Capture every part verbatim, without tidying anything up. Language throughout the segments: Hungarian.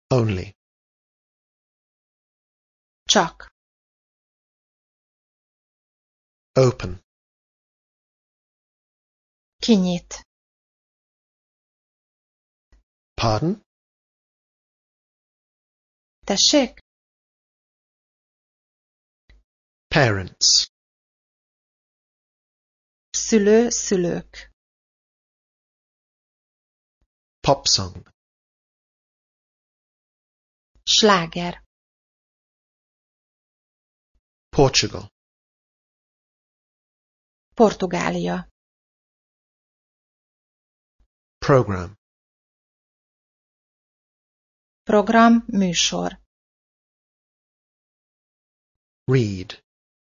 Only. Csak. Open. Kinyit. Pardon? Tessék? Parents. Szülő, szülők. Pop song. Sláger. Portugal. Portugália. Program. Program, műsor. Read.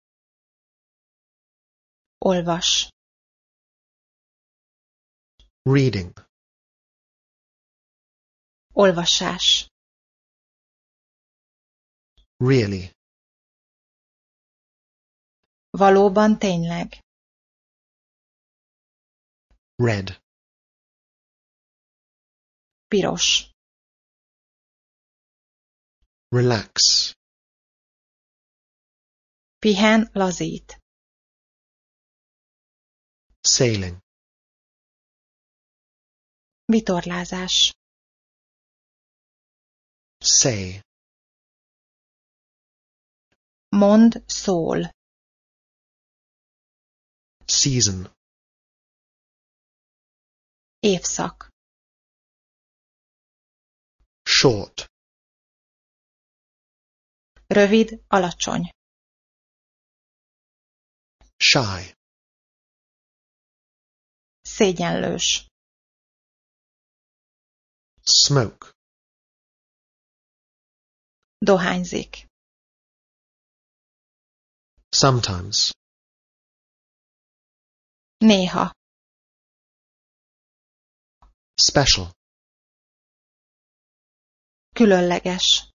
Olvas. Reading. Olvasás. Really. Valóban tényleg. Red. Piros. Relax. Pihen, lazít. Sailing. Vitorlázás. Say. Mond, szól. Season. Évszak. Short. Rövid, alacsony. Shy. Szégyenlős. Smoke. Dohányzik. Sometimes. Néha. Special. Különleges.